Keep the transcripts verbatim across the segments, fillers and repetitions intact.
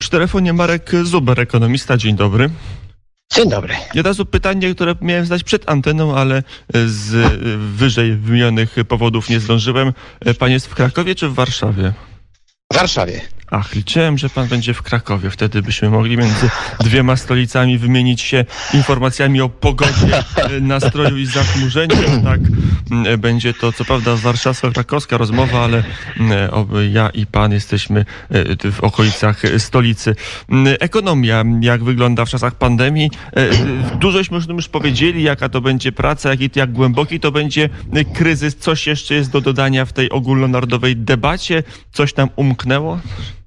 Przy telefonie Marek Zuber, ekonomista. Dzień dobry. Dzień dobry. I od razu pytanie, które miałem zadać przed anteną, ale z wyżej wymienionych powodów nie zdążyłem. Pan jest w Krakowie czy w Warszawie? W Warszawie. Ach, liczyłem, że pan będzie w Krakowie. Wtedy byśmy mogli między dwiema stolicami wymienić się informacjami o pogodzie, nastroju i zachmurzeniu. Tak, będzie to co prawda warszawsko-krakowska rozmowa, ale ja i pan jesteśmy w okolicach stolicy. Ekonomia, jak wygląda w czasach pandemii? Dużośmy już, już powiedzieli, jaka to będzie praca, jak, jak głęboki to będzie kryzys. Coś jeszcze jest do dodania w tej ogólnonarodowej debacie? Coś nam umknęło?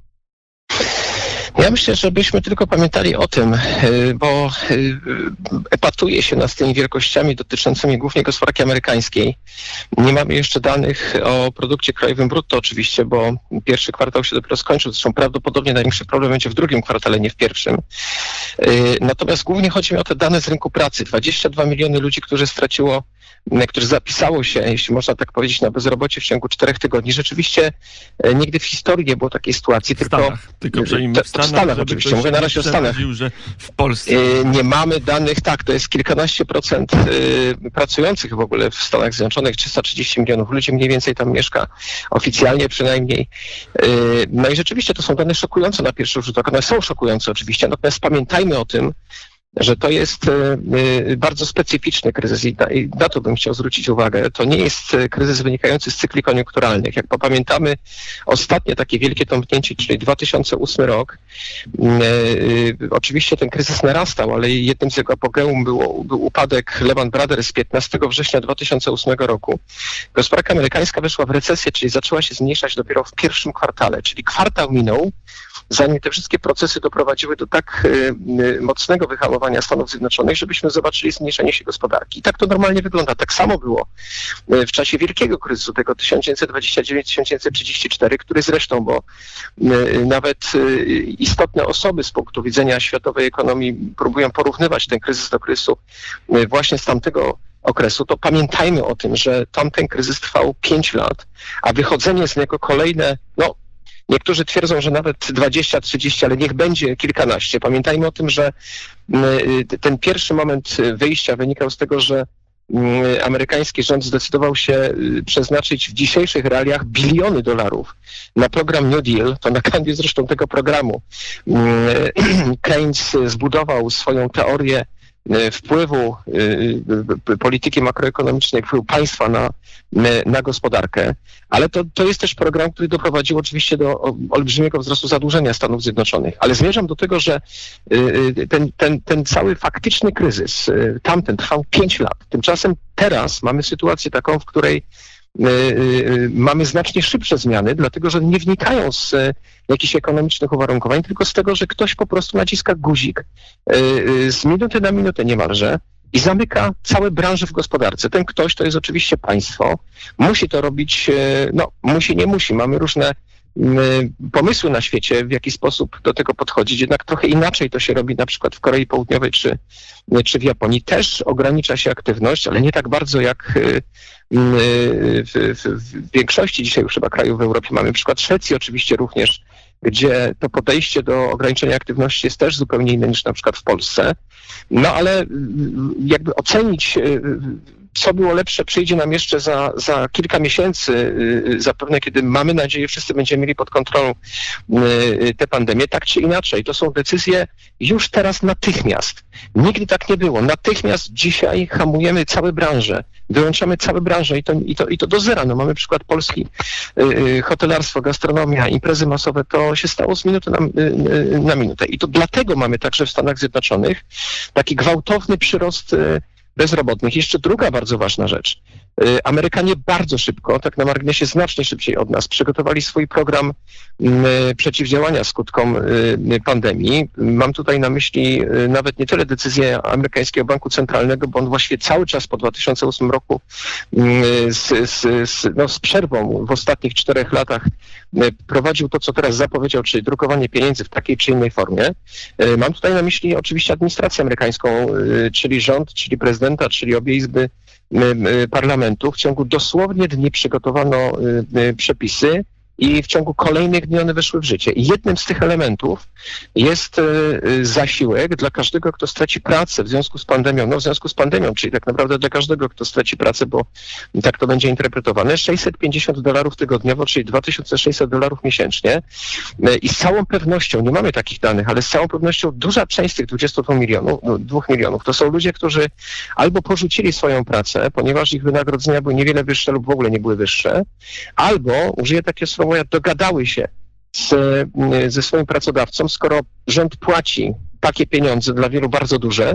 Ja myślę, żebyśmy tylko pamiętali o tym, bo epatuje się nas tymi wielkościami dotyczącymi głównie gospodarki amerykańskiej. Nie mamy jeszcze danych o produkcie krajowym brutto oczywiście, bo pierwszy kwartał się dopiero skończył. Zresztą prawdopodobnie największy problem będzie w drugim kwartale, nie w pierwszym. Natomiast głównie chodzi mi o te dane z rynku pracy. dwadzieścia dwa miliony ludzi, którzy straciło, którzy zapisało się, jeśli można tak powiedzieć, na bezrobocie w ciągu czterech tygodni. Rzeczywiście nigdy w historii nie było takiej sytuacji. W tylko, Stanach, tylko przynajmniej w Stanach, w Stanach oczywiście, mówię na razie o Stanach. Że w Polsce. Nie mamy danych, tak, to jest kilkanaście procent pracujących w ogóle w Stanach Zjednoczonych, trzysta trzydzieści milionów ludzi mniej więcej tam mieszka, oficjalnie przynajmniej. No i rzeczywiście to są dane szokujące na pierwszy rzut oka. One są szokujące oczywiście, natomiast pamiętajmy o tym, że to jest bardzo specyficzny kryzys i na to bym chciał zwrócić uwagę. To nie jest kryzys wynikający z cykli koniunkturalnych. Jak popamiętamy ostatnie takie wielkie tąpnięcie, czyli dwa tysiące ósmy rok, oczywiście ten kryzys narastał, ale jednym z jego apogeum było, był upadek Lehman Brothers piętnastego września dwa tysiące ósmego roku. Gospodarka amerykańska weszła w recesję, czyli zaczęła się zmniejszać dopiero w pierwszym kwartale, czyli kwartał minął, zanim te wszystkie procesy doprowadziły do tak y, mocnego wyhamowania Stanów Zjednoczonych, żebyśmy zobaczyli zmniejszenie się gospodarki. I tak to normalnie wygląda. Tak samo było y, w czasie wielkiego kryzysu, tego tysiąc dziewięćset dwudziestego dziewiątego do tysiąc dziewięćset trzydziestego czwartego, który zresztą, bo y, nawet y, istotne osoby z punktu widzenia światowej ekonomii próbują porównywać ten kryzys do kryzysu y, właśnie z tamtego okresu, to pamiętajmy o tym, że tamten kryzys trwał pięć lat, a wychodzenie z niego kolejne, no niektórzy twierdzą, że nawet dwadzieścia trzydzieści, ale niech będzie kilkanaście. Pamiętajmy o tym, że ten pierwszy moment wyjścia wynikał z tego, że amerykański rząd zdecydował się przeznaczyć w dzisiejszych realiach biliony dolarów na program New Deal. To na kanwie zresztą tego programu Keynes zbudował swoją teorię wpływu polityki makroekonomicznej, wpływu państwa na, na gospodarkę, ale to, to jest też program, który doprowadził oczywiście do olbrzymiego wzrostu zadłużenia Stanów Zjednoczonych. Ale zmierzam do tego, że ten, ten, ten cały faktyczny kryzys, tamten trwał pięć lat. Tymczasem teraz mamy sytuację taką, w której mamy znacznie szybsze zmiany, dlatego że nie wnikają z jakichś ekonomicznych uwarunkowań, tylko z tego, że ktoś po prostu naciska guzik z minuty na minutę niemalże i zamyka całe branże w gospodarce. Ten ktoś to jest oczywiście państwo. Musi to robić, no musi, nie musi. Mamy różne pomysły na świecie, w jaki sposób do tego podchodzić. Jednak trochę inaczej to się robi na przykład w Korei Południowej czy, czy w Japonii. Też ogranicza się aktywność, ale nie tak bardzo jak w, w, w większości dzisiaj już chyba krajów w Europie. Mamy przykład Szwecji oczywiście również, gdzie to podejście do ograniczenia aktywności jest też zupełnie inne niż na przykład w Polsce. No ale jakby ocenić, co było lepsze, przyjdzie nam jeszcze za, za kilka miesięcy, zapewne kiedy, mamy nadzieję, wszyscy będziemy mieli pod kontrolą tę pandemię, tak czy inaczej. To są decyzje już teraz natychmiast. Nigdy tak nie było. Natychmiast dzisiaj hamujemy całe branże, wyłączamy całe branże i to, i to, i to do zera. No, mamy przykład Polski, hotelarstwo, gastronomia, imprezy masowe, to się stało z minuty na, na minutę. I to dlatego mamy także w Stanach Zjednoczonych taki gwałtowny przyrost bezrobotnych. Jeszcze druga bardzo ważna rzecz. Amerykanie bardzo szybko, tak na marginesie znacznie szybciej od nas, przygotowali swój program przeciwdziałania skutkom pandemii. Mam tutaj na myśli nawet nie tyle decyzję amerykańskiego banku centralnego, bo on właściwie cały czas po dwa tysiące ósmym roku z, z, z, no, z przerwą w ostatnich czterech latach prowadził to, co teraz zapowiedział, czyli drukowanie pieniędzy w takiej czy innej formie. Mam tutaj na myśli oczywiście administrację amerykańską, czyli rząd, czyli prezydenta, czyli obie izby parlamentu. W ciągu dosłownie dni przygotowano przepisy i w ciągu kolejnych dni one weszły w życie. I jednym z tych elementów jest zasiłek dla każdego, kto straci pracę w związku z pandemią. No w związku z pandemią, czyli tak naprawdę dla każdego, kto straci pracę, bo tak to będzie interpretowane. sześćset pięćdziesiąt dolarów tygodniowo, czyli dwa tysiące sześćset dolarów miesięcznie. I z całą pewnością, nie mamy takich danych, ale z całą pewnością duża część z tych dwudziestu dwóch milionów, dwóch milionów to są ludzie, którzy albo porzucili swoją pracę, ponieważ ich wynagrodzenia były niewiele wyższe lub w ogóle nie były wyższe, albo, użyję takie słowo, jak dogadały się z, ze swoim pracodawcą, skoro rząd płaci takie pieniądze, dla wielu bardzo duże,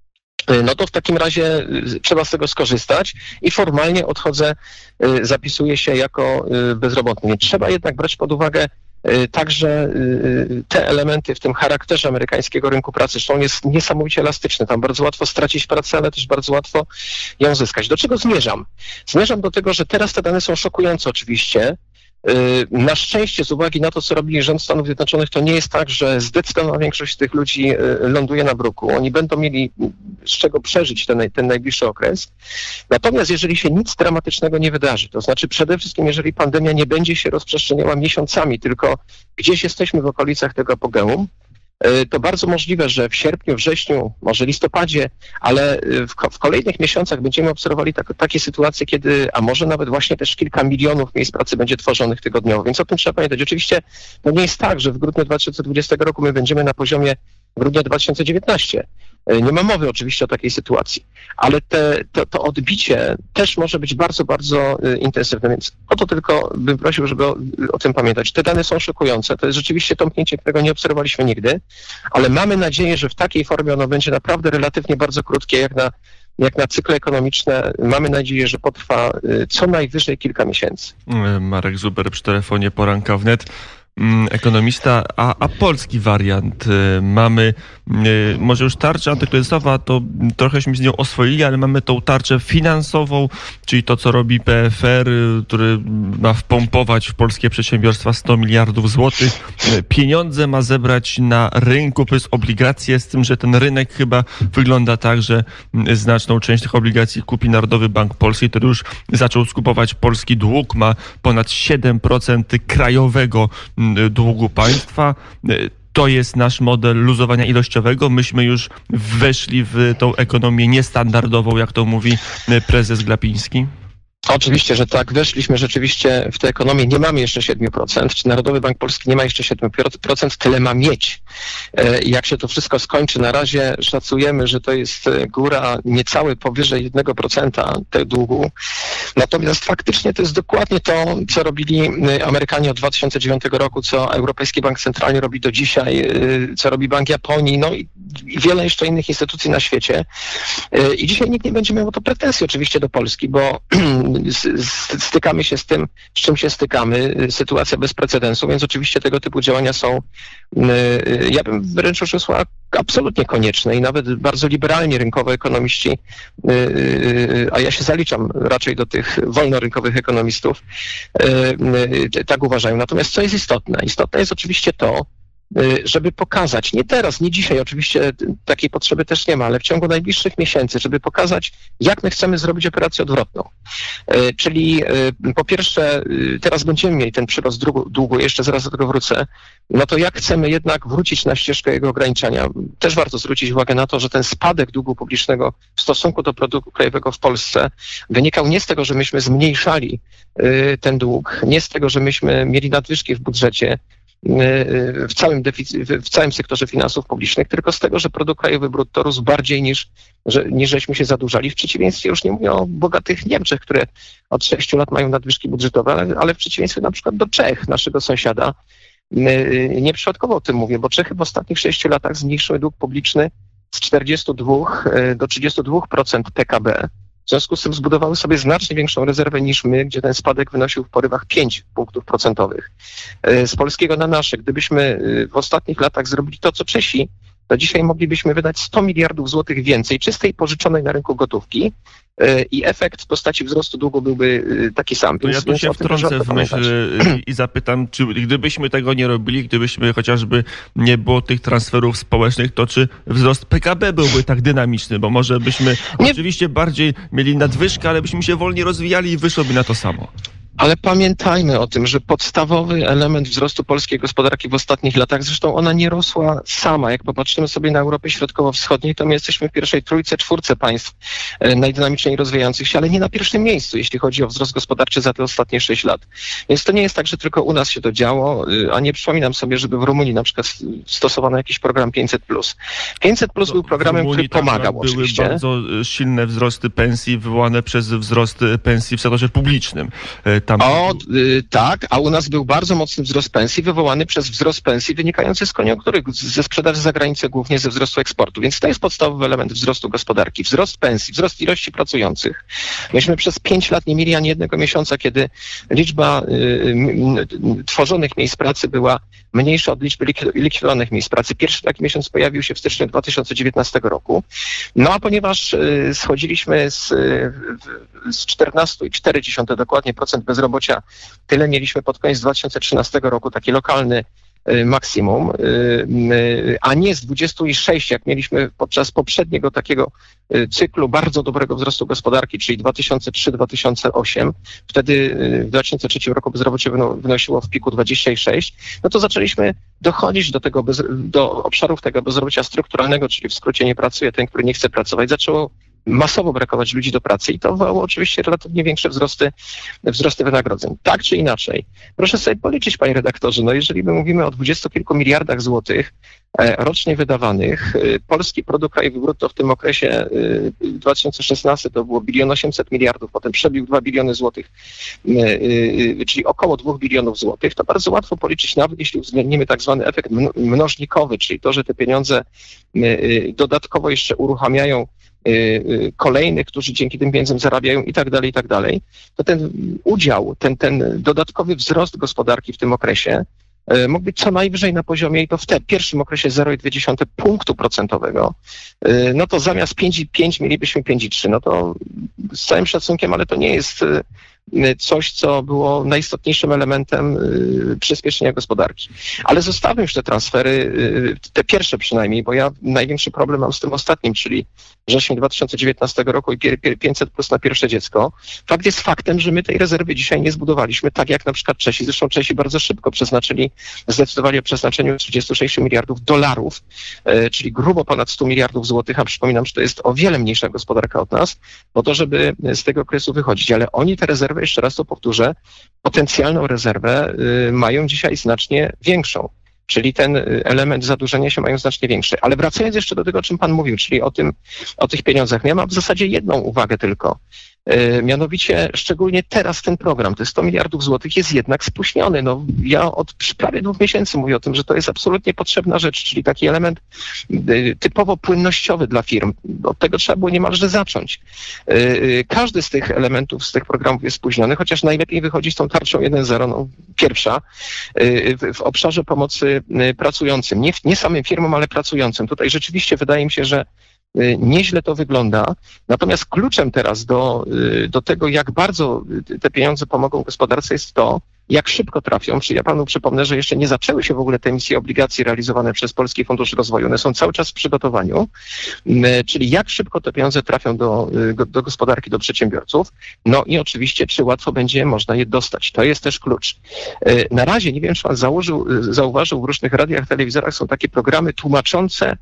no to w takim razie trzeba z tego skorzystać i formalnie odchodzę, zapisuję się jako bezrobotny. Trzeba jednak brać pod uwagę także te elementy w tym charakterze amerykańskiego rynku pracy, zresztą on jest niesamowicie elastyczny. Tam bardzo łatwo stracić pracę, ale też bardzo łatwo ją zyskać. Do czego zmierzam? Zmierzam do tego, że teraz te dane są szokujące oczywiście. Na szczęście z uwagi na to, co robi rząd Stanów Zjednoczonych, to nie jest tak, że zdecydowana większość z tych ludzi ląduje na bruku. Oni będą mieli z czego przeżyć ten, ten najbliższy okres. Natomiast jeżeli się nic dramatycznego nie wydarzy, to znaczy przede wszystkim jeżeli pandemia nie będzie się rozprzestrzeniała miesiącami, tylko gdzieś jesteśmy w okolicach tego apogeum, to bardzo możliwe, że w sierpniu, wrześniu, może listopadzie, ale w, w kolejnych miesiącach będziemy obserwowali tak, takie sytuacje, kiedy, a może nawet właśnie też kilka milionów miejsc pracy będzie tworzonych tygodniowo, więc o tym trzeba pamiętać. Oczywiście to nie jest tak, że w grudniu dwa tysiące dwudziestego roku my będziemy na poziomie grudnia dwa tysiące dziewiętnastego. Nie ma mowy oczywiście o takiej sytuacji, ale te, to, to odbicie też może być bardzo, bardzo intensywne, więc o to tylko bym prosił, żeby o, o tym pamiętać. Te dane są szokujące, to jest rzeczywiście tąpnięcie, którego nie obserwowaliśmy nigdy, ale mamy nadzieję, że w takiej formie ono będzie naprawdę relatywnie bardzo krótkie, jak na, jak na cykle ekonomiczne. Mamy nadzieję, że potrwa co najwyżej kilka miesięcy. Marek Zuber przy telefonie Poranka Wnet. Ekonomista, a, a polski wariant mamy, może już tarcza antykryzysowa, to trochęśmy z nią oswoili, ale mamy tą tarczę finansową, czyli to, co robi P F R, który ma wpompować w polskie przedsiębiorstwa sto miliardów złotych. Pieniądze ma zebrać na rynku, to jest obligacje, z tym, że ten rynek chyba wygląda tak, że znaczną część tych obligacji kupi Narodowy Bank Polski, który już zaczął skupować polski dług, ma ponad siedem procent krajowego długu państwa. To jest nasz model luzowania ilościowego. Myśmy już weszli w tą ekonomię niestandardową, jak to mówi prezes Glapiński. Oczywiście, że tak. Weszliśmy rzeczywiście w tę ekonomię. Nie mamy jeszcze siedem procent. Czy Narodowy Bank Polski nie ma jeszcze siedem procent? Tyle ma mieć. Jak się to wszystko skończy, na razie szacujemy, że to jest góra niecałe powyżej jednego procenta tego długu. Natomiast faktycznie to jest dokładnie to, co robili Amerykanie od dwa tysiące dziewiątego roku, co Europejski Bank Centralny robi do dzisiaj, co robi Bank Japonii, no i wiele jeszcze innych instytucji na świecie. I dzisiaj nikt nie będzie miał o to pretensji oczywiście do Polski, bo stykamy się z tym, z czym się stykamy. Sytuacja bez precedensu, więc oczywiście tego typu działania są, ja bym wręcz użył słowa, absolutnie konieczne i nawet bardzo liberalnie rynkowo ekonomiści, a ja się zaliczam raczej do tych wolnorynkowych ekonomistów, tak uważają. Natomiast co jest istotne? Istotne jest oczywiście to, żeby pokazać, nie teraz, nie dzisiaj, oczywiście takiej potrzeby też nie ma, ale w ciągu najbliższych miesięcy, żeby pokazać, jak my chcemy zrobić operację odwrotną. Czyli po pierwsze, teraz będziemy mieli ten przyrost długu, jeszcze zaraz do tego wrócę, no to jak chcemy jednak wrócić na ścieżkę jego ograniczania. Też warto zwrócić uwagę na to, że ten spadek długu publicznego w stosunku do produktu krajowego w Polsce wynikał nie z tego, że myśmy zmniejszali ten dług, nie z tego, że myśmy mieli nadwyżki w budżecie, w całym, deficy- w całym sektorze finansów publicznych, tylko z tego, że produkt krajowy brutto rósł bardziej niż, że, niż żeśmy się zadłużali. W przeciwieństwie, już nie mówię o bogatych Niemczech, które od sześciu lat mają nadwyżki budżetowe, ale, ale w przeciwieństwie na przykład do Czech, naszego sąsiada, nieprzypadkowo o tym mówię, bo Czechy w ostatnich sześciu latach zmniejszyły dług publiczny z czterdziestu dwóch do trzydziestu dwóch procent P K B. W związku z tym zbudowały sobie znacznie większą rezerwę niż my, gdzie ten spadek wynosił w porywach pięć punktów procentowych. Z polskiego na nasze, gdybyśmy w ostatnich latach zrobili to, co Czesi, to dzisiaj moglibyśmy wydać sto miliardów złotych więcej czystej pożyczonej na rynku gotówki i efekt w postaci wzrostu długu byłby taki sam. To ja tu się wtrącę w myśl i zapytam, czy gdybyśmy tego nie robili, gdybyśmy chociażby nie było tych transferów społecznych, to czy wzrost P K B byłby tak dynamiczny, bo może byśmy nie... oczywiście bardziej mieli nadwyżkę, ale byśmy się wolniej rozwijali i wyszłoby na to samo. Ale pamiętajmy o tym, że podstawowy element wzrostu polskiej gospodarki w ostatnich latach, zresztą ona nie rosła sama. Jak popatrzymy sobie na Europę Środkowo-Wschodniej, to my jesteśmy w pierwszej trójce, czwórce państw najdynamiczniej rozwijających się, ale nie na pierwszym miejscu, jeśli chodzi o wzrost gospodarczy za te ostatnie sześć lat. Więc to nie jest tak, że tylko u nas się to działo, a nie przypominam sobie, żeby w Rumunii na przykład stosowano jakiś program pięćset plus. pięćset plus był programem, który pomagał były oczywiście. Były bardzo silne wzrosty pensji wywołane przez wzrost pensji w sektorze publicznym. Tam... O, y, tak, a u nas był bardzo mocny wzrost pensji wywołany przez wzrost pensji wynikający z koniunktury, ze sprzedaży za granicę, głównie ze wzrostu eksportu. Więc to jest podstawowy element wzrostu gospodarki. Wzrost pensji, wzrost ilości pracujących. Myśmy przez pięć lat nie mieli ani jednego miesiąca, kiedy liczba y, y, tworzonych miejsc pracy była mniejsza od liczby likwidowanych miejsc pracy. Pierwszy taki miesiąc pojawił się w styczniu dwa tysiące dziewiętnastego roku. No a ponieważ y, schodziliśmy z, y, z czternaście przecinek cztery dokładnie procent bezrobocia, tyle mieliśmy pod koniec dwa tysiące trzynastego roku, taki lokalny maksimum, a nie z dwadzieścia sześć, jak mieliśmy podczas poprzedniego takiego cyklu bardzo dobrego wzrostu gospodarki, czyli dwa tysiące trzy do dwa tysiące osiem. Wtedy w dwa tysiące trzecim roku bezrobocie wynosiło w piku dwadzieścia sześć. No to zaczęliśmy dochodzić do tego, bez, do obszarów tego bezrobocia strukturalnego, czyli w skrócie nie pracuje ten, który nie chce pracować. Zaczęło masowo brakować ludzi do pracy i to wywołało oczywiście relatywnie większe wzrosty, wzrosty wynagrodzeń. Tak czy inaczej, proszę sobie policzyć, panie redaktorze, no jeżeli my mówimy o dwudziestu kilku miliardach złotych rocznie wydawanych, polski produkt krajowy brutto w tym okresie dwa tysiące szesnastym to było bilion osiemset miliardów, potem przebił dwa biliony złotych, czyli około dwóch bilionów złotych, to bardzo łatwo policzyć, nawet jeśli uwzględnimy tak zwany efekt mnożnikowy, czyli to, że te pieniądze dodatkowo jeszcze uruchamiają kolejnych, którzy dzięki tym pieniądzom zarabiają i tak dalej, i tak dalej, to ten udział, ten, ten dodatkowy wzrost gospodarki w tym okresie mógł być co najwyżej na poziomie, i to w tym pierwszym okresie zero przecinek dwa punktu procentowego, no to zamiast pięć przecinek pięć mielibyśmy pięć przecinek trzy. No to z całym szacunkiem, ale to nie jest coś, co było najistotniejszym elementem przyspieszenia gospodarki. Ale zostawmy już te transfery, te pierwsze przynajmniej, bo ja największy problem mam z tym ostatnim, czyli wrzesień dwa tysiące dziewiętnastego roku i pięćset plus na pierwsze dziecko. Fakt jest faktem, że my tej rezerwy dzisiaj nie zbudowaliśmy, tak jak na przykład Czesi. Zresztą Czesi bardzo szybko przeznaczyli, zdecydowali o przeznaczeniu trzydziestu sześciu miliardów dolarów, czyli grubo ponad stu miliardów złotych, a przypominam, że to jest o wiele mniejsza gospodarka od nas, po to, żeby z tego okresu wychodzić. Ale oni te rezerwy, jeszcze raz to powtórzę, potencjalną rezerwę y, mają dzisiaj znacznie większą, czyli ten element zadłużenia się mają znacznie większy. Ale wracając jeszcze do tego, o czym pan mówił, czyli o tym, o tych pieniądzach, ja mam w zasadzie jedną uwagę tylko. Yy, mianowicie szczególnie teraz ten program, te sto miliardów złotych jest jednak spóźniony. No, ja od prawie dwóch miesięcy mówię o tym, że to jest absolutnie potrzebna rzecz, czyli taki element yy, typowo płynnościowy dla firm. Od tego trzeba było niemalże zacząć. Yy, każdy z tych elementów, z tych programów jest spóźniony, chociaż najlepiej wychodzi z tą tarczą jeden zero, no, pierwsza, yy, w, w obszarze pomocy yy, pracującym. Nie, nie samym firmom, ale pracującym. Tutaj rzeczywiście wydaje mi się, że nieźle to wygląda. Natomiast kluczem teraz do, do tego, jak bardzo te pieniądze pomogą gospodarce, jest to, jak szybko trafią. Czyli ja panu przypomnę, że jeszcze nie zaczęły się w ogóle te emisje obligacji realizowane przez Polski Fundusz Rozwoju. One są cały czas w przygotowaniu. Czyli jak szybko te pieniądze trafią do, do gospodarki, do przedsiębiorców. No i oczywiście, czy łatwo będzie można je dostać. To jest też klucz. Na razie, nie wiem, czy pan założył, zauważył, w różnych radiach, telewizorach są takie programy tłumaczące.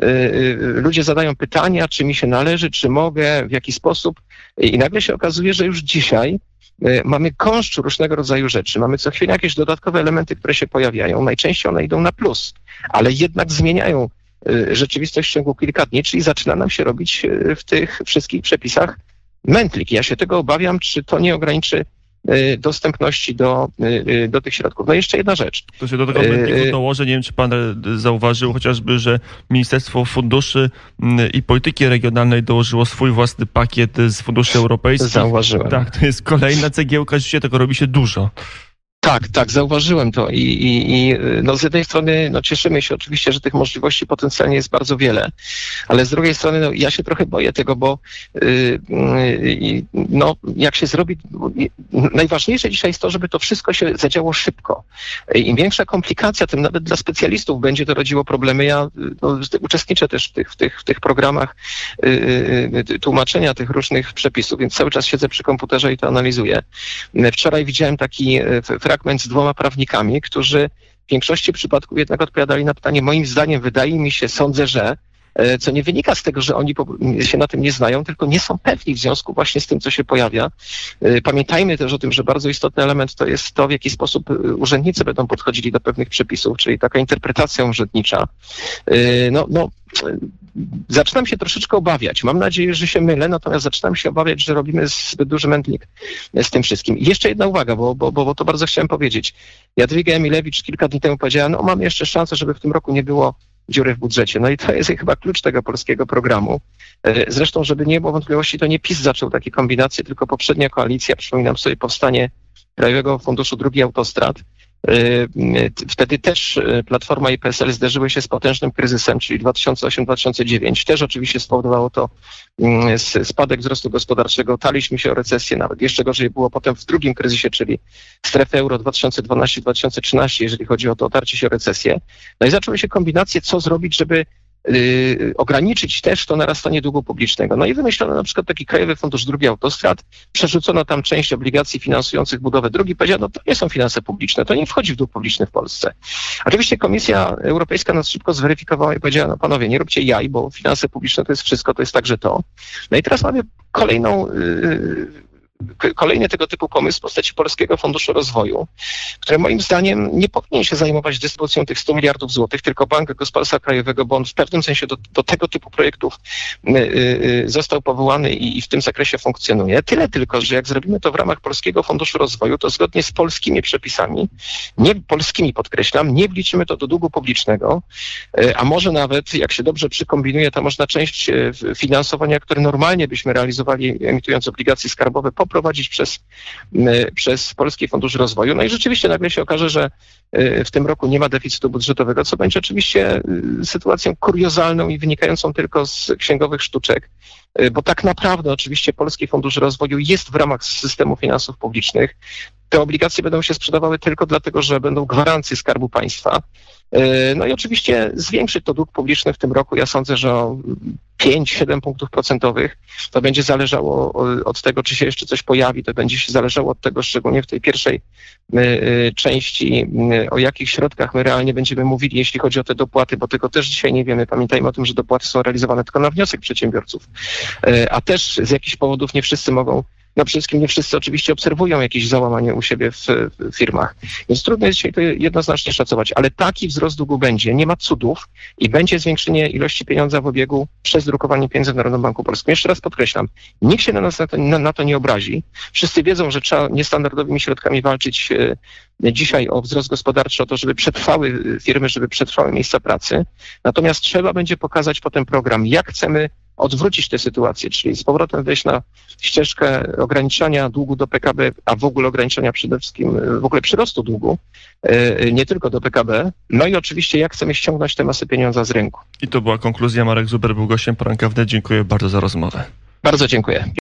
Ludzie zadają pytania, czy mi się należy, czy mogę, w jaki sposób. I nagle się okazuje, że już dzisiaj mamy kąszcz różnego rodzaju rzeczy. Mamy co chwilę jakieś dodatkowe elementy, które się pojawiają. Najczęściej one idą na plus, ale jednak zmieniają rzeczywistość w ciągu kilka dni, czyli zaczyna nam się robić w tych wszystkich przepisach mętlik. Ja się tego obawiam, czy to nie ograniczy dostępności do, do tych środków. No i jeszcze jedna rzecz. To się do tego mętliku dołożę. Nie wiem, czy pan zauważył chociażby, że Ministerstwo Funduszy i Polityki Regionalnej dołożyło swój własny pakiet z funduszy europejskich. Zauważyłem. Tak, to jest kolejna cegiełka. Rzeczywiście tego robi się dużo. Tak, tak, zauważyłem to i, i, i no z jednej strony no cieszymy się oczywiście, że tych możliwości potencjalnie jest bardzo wiele, ale z drugiej strony no, ja się trochę boję tego, bo yy, yy, no jak się zrobi, najważniejsze dzisiaj jest to, żeby to wszystko się zadziało szybko. Im większa komplikacja, tym nawet dla specjalistów będzie to rodziło problemy. Ja no, uczestniczę też w tych, w tych, w tych programach yy, yy, tłumaczenia tych różnych przepisów, więc cały czas siedzę przy komputerze i to analizuję. Wczoraj widziałem taki yy, fragment z dwoma prawnikami, którzy w większości przypadków jednak odpowiadali na pytanie, moim zdaniem, wydaje mi się, sądzę, że, co nie wynika z tego, że oni się na tym nie znają, tylko nie są pewni w związku właśnie z tym, co się pojawia. Pamiętajmy też o tym, że bardzo istotny element to jest to, w jaki sposób urzędnicy będą podchodzili do pewnych przepisów, czyli taka interpretacja urzędnicza. No, no, zaczynam się troszeczkę obawiać. Mam nadzieję, że się mylę, natomiast zaczynam się obawiać, że robimy zbyt duży mętlik z tym wszystkim. I jeszcze jedna uwaga, bo, bo, bo to bardzo chciałem powiedzieć. Jadwiga Emilewicz kilka dni temu powiedziała, no mam jeszcze szansę, żeby w tym roku nie było dziury w budżecie. No i to jest chyba klucz tego polskiego programu. Zresztą, żeby nie było wątpliwości, to nie PiS zaczął takie kombinacje, tylko poprzednia koalicja, przypominam sobie powstanie Krajowego Funduszu Dróg i Autostrad. Wtedy też Platforma i P S L zderzyły się z potężnym kryzysem, czyli dwa tysiące osiem dwa tysiące dziewięć. Też oczywiście spowodowało to spadek wzrostu gospodarczego, taliśmy się o recesję nawet. Jeszcze gorzej było potem w drugim kryzysie, czyli strefy euro dwa tysiące dwanaście dwa tysiące trzynaście, jeżeli chodzi o to otarcie się o recesję. No i zaczęły się kombinacje, co zrobić, żeby Yy, ograniczyć też to narastanie długu publicznego. No i wymyślono na przykład taki Krajowy Fundusz Dróg i Autostrad, przerzucono tam część obligacji finansujących budowę drogi i powiedziano, no to nie są finanse publiczne, to nie wchodzi w dług publiczny w Polsce. Oczywiście Komisja Europejska nas szybko zweryfikowała i powiedziała, no panowie, nie róbcie jaj, bo finanse publiczne to jest wszystko, to jest także to. No i teraz mamy kolejną yy, Kolejny tego typu pomysł w postaci Polskiego Funduszu Rozwoju, który moim zdaniem nie powinien się zajmować dystrybucją tych stu miliardów złotych, tylko Bank Gospodarstwa Krajowego, bo on w pewnym sensie do, do tego typu projektów y, y, został powołany i, i w tym zakresie funkcjonuje. Tyle tylko, że jak zrobimy to w ramach Polskiego Funduszu Rozwoju, to zgodnie z polskimi przepisami, nie polskimi podkreślam, nie wliczymy to do długu publicznego, y, a może nawet, jak się dobrze przykombinuje, to można część y, finansowania, które normalnie byśmy realizowali emitując obligacje skarbowe, poprowadzić przez, przez Polski Fundusz Rozwoju. No i rzeczywiście nagle się okaże, że w tym roku nie ma deficytu budżetowego, co będzie oczywiście sytuacją kuriozalną i wynikającą tylko z księgowych sztuczek, bo tak naprawdę oczywiście Polski Fundusz Rozwoju jest w ramach systemu finansów publicznych. Te obligacje będą się sprzedawały tylko dlatego, że będą gwarancje Skarbu Państwa. No i oczywiście zwiększyć to dług publiczny w tym roku. Ja sądzę, że o pięć siedem punktów procentowych to będzie zależało od tego, czy się jeszcze coś pojawi. To będzie się zależało od tego, szczególnie w tej pierwszej części, o jakich środkach my realnie będziemy mówili, jeśli chodzi o te dopłaty, bo tego też dzisiaj nie wiemy. Pamiętajmy o tym, że dopłaty są realizowane tylko na wniosek przedsiębiorców, a też z jakichś powodów nie wszyscy mogą. No przede wszystkim nie wszyscy oczywiście obserwują jakieś załamanie u siebie w, w firmach. Więc trudno jest dzisiaj to jednoznacznie szacować, ale taki wzrost długu będzie, nie ma cudów i będzie zwiększenie ilości pieniądza w obiegu przez drukowanie pieniędzy w Narodowym Banku Polskim. Jeszcze raz podkreślam, nikt się na nas na to, na, na to nie obrazi. Wszyscy wiedzą, że trzeba niestandardowymi środkami walczyć e, dzisiaj o wzrost gospodarczy, o to, żeby przetrwały firmy, żeby przetrwały miejsca pracy. Natomiast trzeba będzie pokazać potem program, jak chcemy odwrócić tę sytuację, czyli z powrotem wejść na ścieżkę ograniczania długu do P K B, a w ogóle ograniczenia przede wszystkim w ogóle przyrostu długu, nie tylko do P K B. No i oczywiście jak chcemy ściągnąć tę masę pieniądza z rynku. I to była konkluzja. Marek Zuber był gościem poranka wnet. Dziękuję bardzo za rozmowę. Bardzo dziękuję.